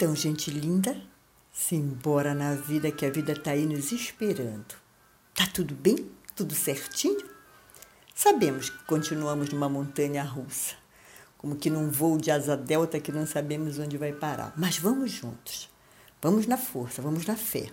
Então, gente linda, simbora na vida que a vida tá aí nos esperando. Tá tudo bem? Tudo certinho? Sabemos que continuamos numa montanha russa, como que num voo de asa delta que não sabemos onde vai parar. Mas vamos juntos, vamos na força, vamos na fé.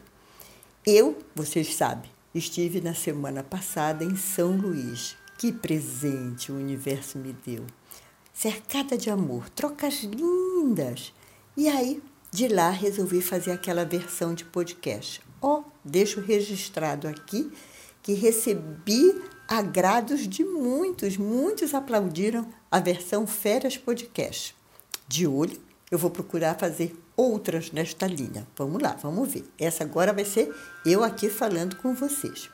Vocês sabem, estive na semana passada em São Luís. Que presente o universo me deu. Cercada de amor, trocas lindas. E aí, de lá, resolvi fazer aquela versão de podcast. Deixo registrado aqui que recebi agrados de muitos aplaudiram a versão Férias Podcast. De olho, eu vou procurar fazer outras nesta linha. Vamos lá, vamos ver. Essa agora vai ser eu aqui falando com vocês.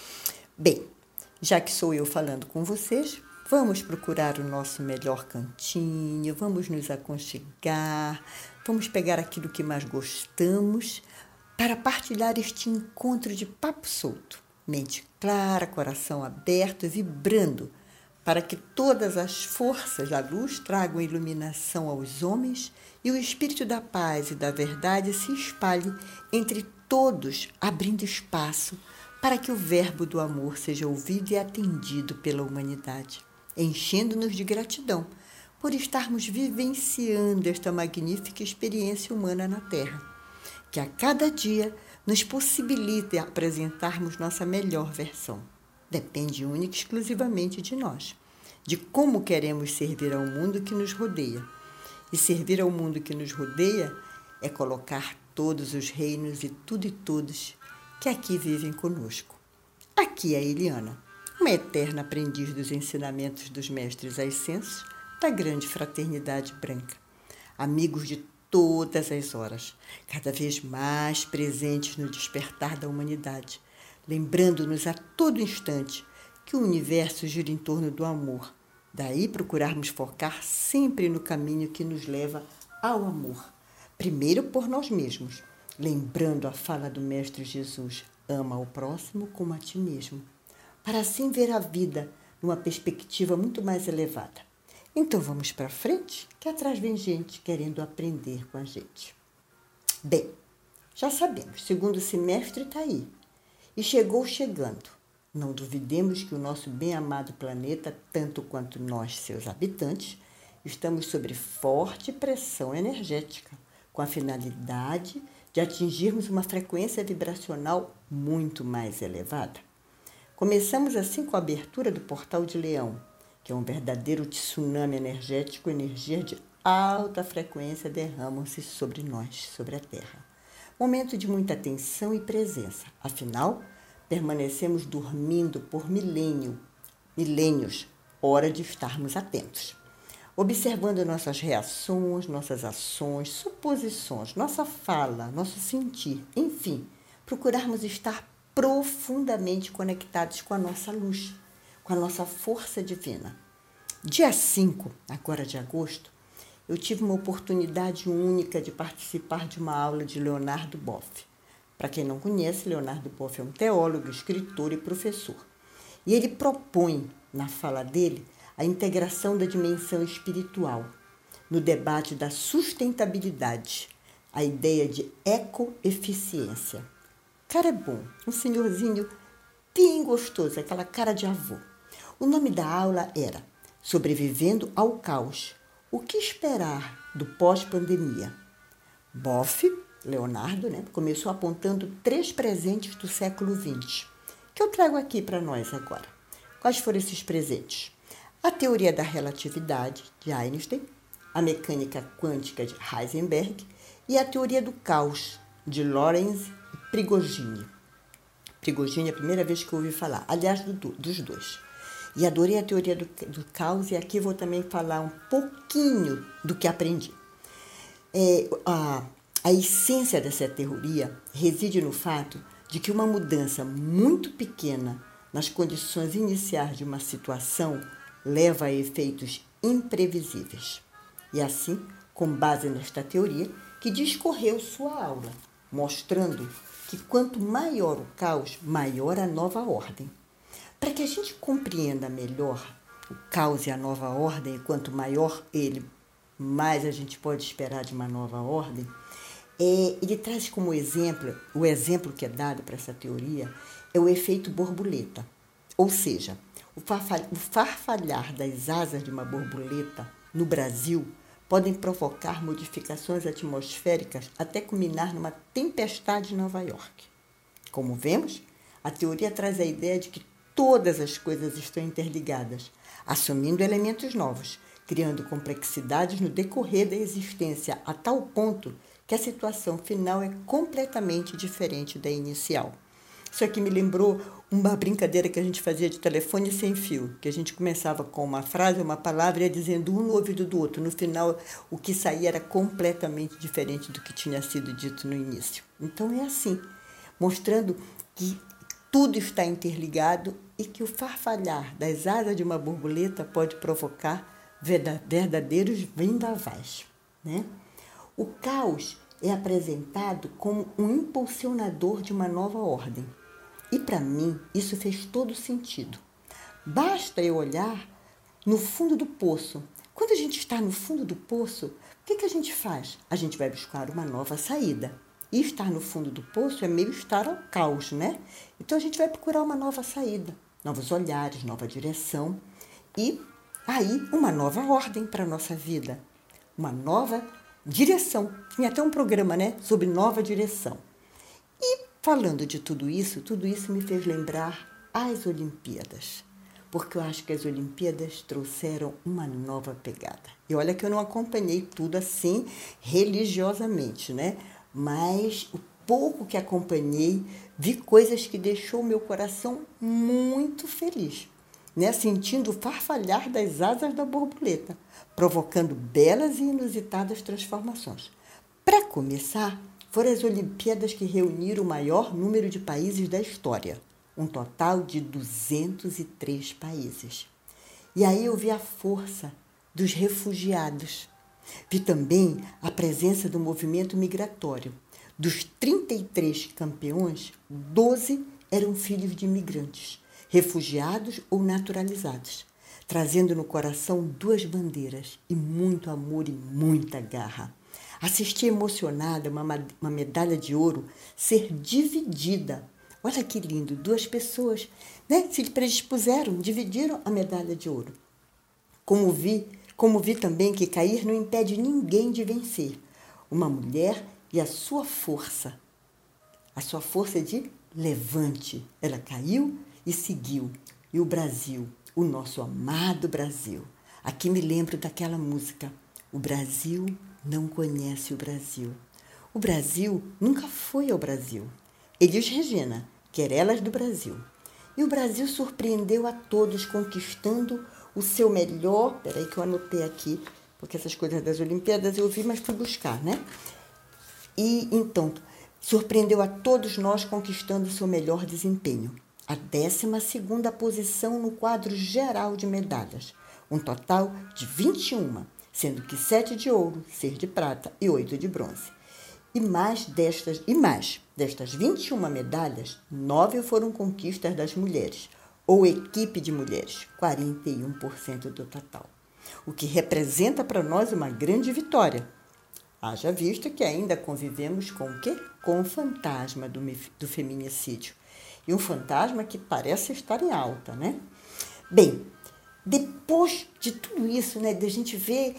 Bem, já que sou eu falando com vocês, vamos procurar o nosso melhor cantinho, vamos nos aconchegar, vamos pegar aquilo que mais gostamos para partilhar este encontro de papo solto. Mente clara, coração aberto, vibrando, para que todas as forças da luz tragam iluminação aos homens e o espírito da paz e da verdade se espalhe entre todos, abrindo espaço para que o verbo do amor seja ouvido e atendido pela humanidade, enchendo-nos de gratidão por estarmos vivenciando esta magnífica experiência humana na Terra, que a cada dia nos possibilita apresentarmos nossa melhor versão. Depende única e exclusivamente de nós, de como queremos servir ao mundo que nos rodeia. E servir ao mundo que nos rodeia é colocar todos os reinos e tudo e todos que aqui vivem conosco. Aqui é a Eliana, uma eterna aprendiz dos ensinamentos dos mestres ascensos da grande fraternidade branca. Amigos de todas as horas, cada vez mais presentes no despertar da humanidade, lembrando-nos a todo instante que o universo gira em torno do amor. Daí procurarmos focar sempre no caminho que nos leva ao amor. Primeiro por nós mesmos, lembrando a fala do Mestre Jesus, ama o próximo como a ti mesmo, para assim ver a vida numa perspectiva muito mais elevada. Então vamos para frente, que atrás vem gente querendo aprender com a gente. Bem, já sabemos, segundo semestre está aí e chegou chegando. Não duvidemos que o nosso bem-amado planeta, tanto quanto nós, seus habitantes, estamos sob forte pressão energética, com a finalidade de atingirmos uma frequência vibracional muito mais elevada. Começamos assim com a abertura do Portal de Leão, que é um verdadeiro tsunami energético, energia de alta frequência derramam-se sobre nós, sobre a Terra. Momento de muita atenção e presença, afinal, permanecemos dormindo por milênios, hora de estarmos atentos. Observando nossas reações, nossas ações, suposições, nossa fala, nosso sentir, enfim, procurarmos estar profundamente conectados com a nossa luz, com a nossa força divina. Dia 5, agora de agosto, eu tive uma oportunidade única de participar de uma aula de Leonardo Boff. Para quem não conhece, Leonardo Boff é um teólogo, escritor e professor. E ele propõe, na fala dele, a integração da dimensão espiritual, no debate da sustentabilidade, a ideia de ecoeficiência. Cara é bom, um senhorzinho bem gostoso, aquela cara de avô. O nome da aula era Sobrevivendo ao Caos, o que esperar do pós-pandemia? Boff, Leonardo, começou apontando 3 presentes do século XX, que eu trago aqui para nós agora. Quais foram esses presentes? A teoria da relatividade, de Einstein, a mecânica quântica, de Heisenberg, e a teoria do caos, de Lorenz e Prigogine. Prigogine é a primeira vez que eu ouvi falar, aliás, dos dois. E adorei a teoria do caos, e aqui vou também falar um pouquinho do que aprendi. A essência dessa teoria reside no fato de que uma mudança muito pequena nas condições iniciais de uma situação leva a efeitos imprevisíveis. E assim, com base nesta teoria, que discorreu sua aula, mostrando que quanto maior o caos, maior a nova ordem. Para que a gente compreenda melhor o caos e a nova ordem, e quanto maior ele, mais a gente pode esperar de uma nova ordem, Ele traz como exemplo, o exemplo que é dado para essa teoria é o efeito borboleta. Ou seja, o farfalhar das asas de uma borboleta no Brasil podem provocar modificações atmosféricas até culminar numa tempestade em Nova York. Como vemos, a teoria traz a ideia de que todas as coisas estão interligadas, assumindo elementos novos, criando complexidades no decorrer da existência, a tal ponto que a situação final é completamente diferente da inicial. Isso aqui me lembrou uma brincadeira que a gente fazia de telefone sem fio, que a gente começava com uma frase, uma palavra, e ia dizendo um no ouvido do outro. No final, o que saía era completamente diferente do que tinha sido dito no início. Então é assim, mostrando que tudo está interligado e que o farfalhar das asas de uma borboleta pode provocar verdadeiros vendavais, né? O caos é apresentado como um impulsionador de uma nova ordem. E para mim, isso fez todo sentido. Basta eu olhar no fundo do poço. Quando a gente está no fundo do poço, o que a gente faz? A gente vai buscar uma nova saída. E estar no fundo do poço é meio estar ao caos, né? Então a gente vai procurar uma nova saída, novos olhares, nova direção e aí uma nova ordem para a nossa vida, uma nova direção. Tinha até um programa, né, sobre nova direção. E falando de tudo isso me fez lembrar as Olimpíadas, porque eu acho que as Olimpíadas trouxeram uma nova pegada. E olha que eu não acompanhei tudo assim religiosamente, né? Mas o pouco que acompanhei, vi coisas que deixou meu coração muito feliz, né? Sentindo o farfalhar das asas da borboleta, provocando belas e inusitadas transformações. Para começar, foram as Olimpíadas que reuniram o maior número de países da história, um total de 203 países. E aí eu vi a força dos refugiados. Vi também a presença do movimento migratório. Dos 33 campeões, 12 eram filhos de imigrantes, refugiados ou naturalizados, trazendo no coração duas bandeiras e muito amor e muita garra. Assisti emocionada uma medalha de ouro ser dividida. Olha que lindo, duas pessoas, né, se predispuseram, dividiram a medalha de ouro. Como vi também que cair não impede ninguém de vencer. Uma mulher e a sua força de levante. Ela caiu e seguiu. E o Brasil, o nosso amado Brasil. Aqui me lembro daquela música. O Brasil não conhece o Brasil. O Brasil nunca foi ao Brasil. Elis Regina, Querelas do Brasil. E o Brasil surpreendeu a todos, conquistando o seu melhor... Peraí que eu anotei aqui, porque essas coisas das Olimpíadas eu vi, mas fui buscar, né? E, então, surpreendeu a todos nós conquistando o seu melhor desempenho. A 12ª posição no quadro geral de medalhas. Um total de 21, sendo que 7 de ouro, 6 de prata e 8 de bronze. E mais destas 21 medalhas, 9 foram conquistas das mulheres, ou equipe de mulheres, 41% do total. O que representa para nós uma grande vitória. Haja vista que ainda convivemos com o quê? Com o fantasma do feminicídio. E um fantasma que parece estar em alta, né? Bem, depois de tudo isso, né, de a gente ver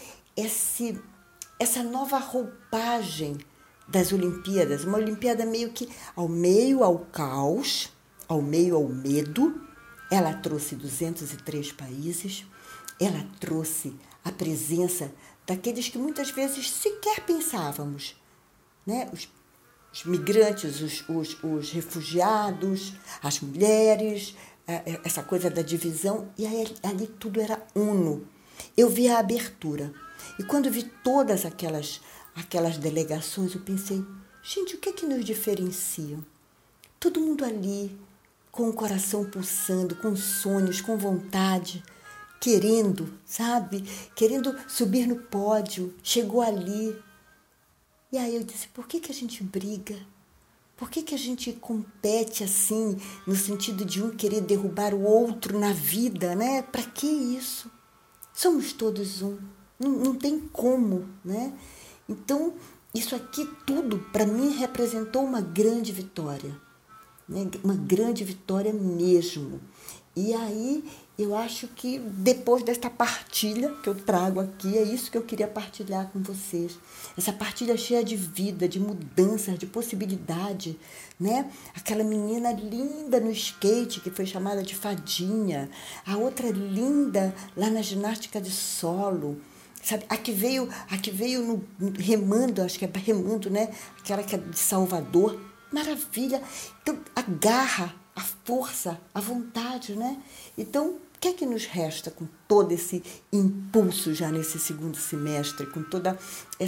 essa nova roupagem das Olimpíadas, uma Olimpíada meio que ao meio ao caos, ao meio ao medo, ela trouxe 203 países, ela trouxe a presença daqueles que muitas vezes sequer pensávamos, né? Os migrantes, os refugiados, as mulheres, essa coisa da divisão, e aí, ali tudo era uno. Eu vi a abertura. E quando vi todas aquelas delegações, eu pensei, gente, o que é que nos diferencia? Todo mundo ali, com o coração pulsando, com sonhos, com vontade, querendo, sabe? Querendo subir no pódio, chegou ali. E aí eu disse, por que a gente briga? Por que a gente compete assim, no sentido de um querer derrubar o outro na vida, né? Para que isso? Somos todos um. Não tem como, né? Então, isso aqui tudo, para mim, representou uma grande vitória, né? Uma grande vitória mesmo. E aí, eu acho que depois desta partilha que eu trago aqui, é isso que eu queria partilhar com vocês. Essa partilha cheia de vida, de mudanças, de possibilidade, né? Aquela menina linda no skate, que foi chamada de Fadinha. A outra linda lá na ginástica de solo. Sabe, a que veio no remando, acho que é remando, né? Aquela que é de Salvador. Maravilha. Então, a garra, a força, a vontade, né? Então, o que é que nos resta com todo esse impulso já nesse segundo semestre, com toda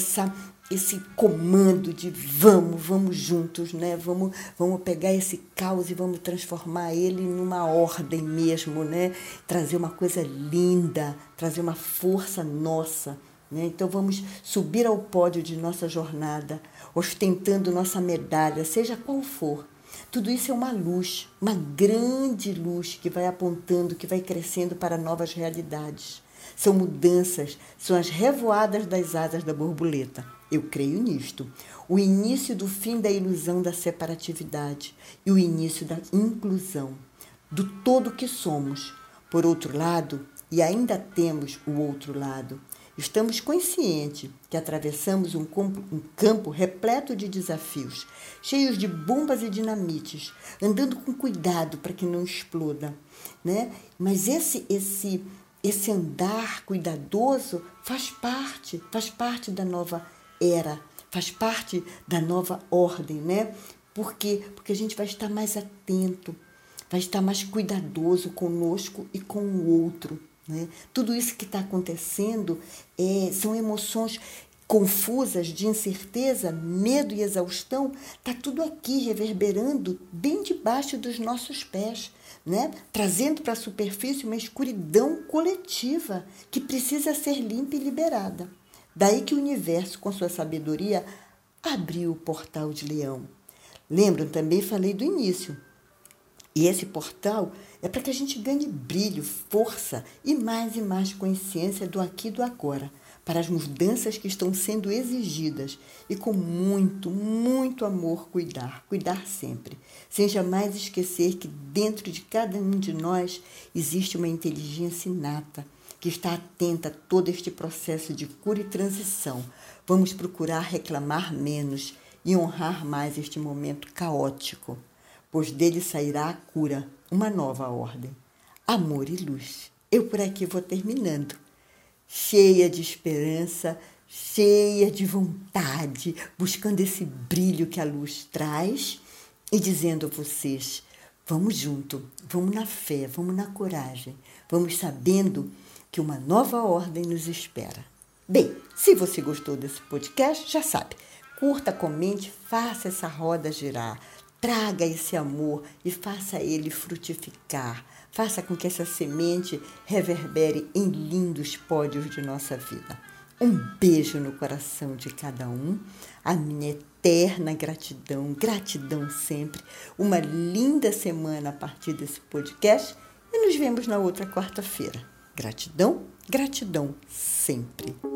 esse comando de vamos juntos, né? Vamos pegar esse caos e vamos transformar ele numa ordem mesmo, né? Trazer uma coisa linda, trazer uma força nossa, né? Então vamos subir ao pódio de nossa jornada, ostentando nossa medalha, seja qual for. Tudo isso é uma luz, uma grande luz que vai apontando, que vai crescendo para novas realidades. São mudanças, são as revoadas das asas da borboleta. Eu creio nisto. O início do fim da ilusão da separatividade e o início da inclusão, do todo que somos. Por outro lado, e ainda temos o outro lado, estamos conscientes que atravessamos um campo repleto de desafios, cheios de bombas e dinamites, andando com cuidado para que não exploda, né? Mas esse andar cuidadoso faz parte da nova era, faz parte da nova ordem, né? Por quê? Porque a gente vai estar mais atento, vai estar mais cuidadoso conosco e com o outro, né? Tudo isso que está acontecendo são emoções confusas de incerteza, medo e exaustão. Está tudo aqui reverberando bem debaixo dos nossos pés, né? Trazendo para a superfície uma escuridão coletiva que precisa ser limpa e liberada. Daí que o universo, com sua sabedoria, abriu o portal de Leão. Lembram? Também falei do início. E esse portal é para que a gente ganhe brilho, força e mais consciência do aqui e do agora, para as mudanças que estão sendo exigidas e com muito amor cuidar sempre, sem jamais esquecer que dentro de cada um de nós existe uma inteligência inata que está atenta a todo este processo de cura e transição. Vamos procurar reclamar menos e honrar mais este momento caótico, pois dele sairá a cura, uma nova ordem. Amor e luz. Eu por aqui vou terminando, cheia de esperança, cheia de vontade, buscando esse brilho que a luz traz e dizendo a vocês, vamos junto, vamos na fé, vamos na coragem, vamos sabendo que uma nova ordem nos espera. Bem, se você gostou desse podcast, já sabe, curta, comente, faça essa roda girar, traga esse amor e faça ele frutificar. Faça com que essa semente reverbere em lindos pódios de nossa vida. Um beijo no coração de cada um. A minha eterna gratidão, gratidão sempre. Uma linda semana a partir desse podcast e nos vemos na outra quarta-feira. Gratidão, gratidão sempre.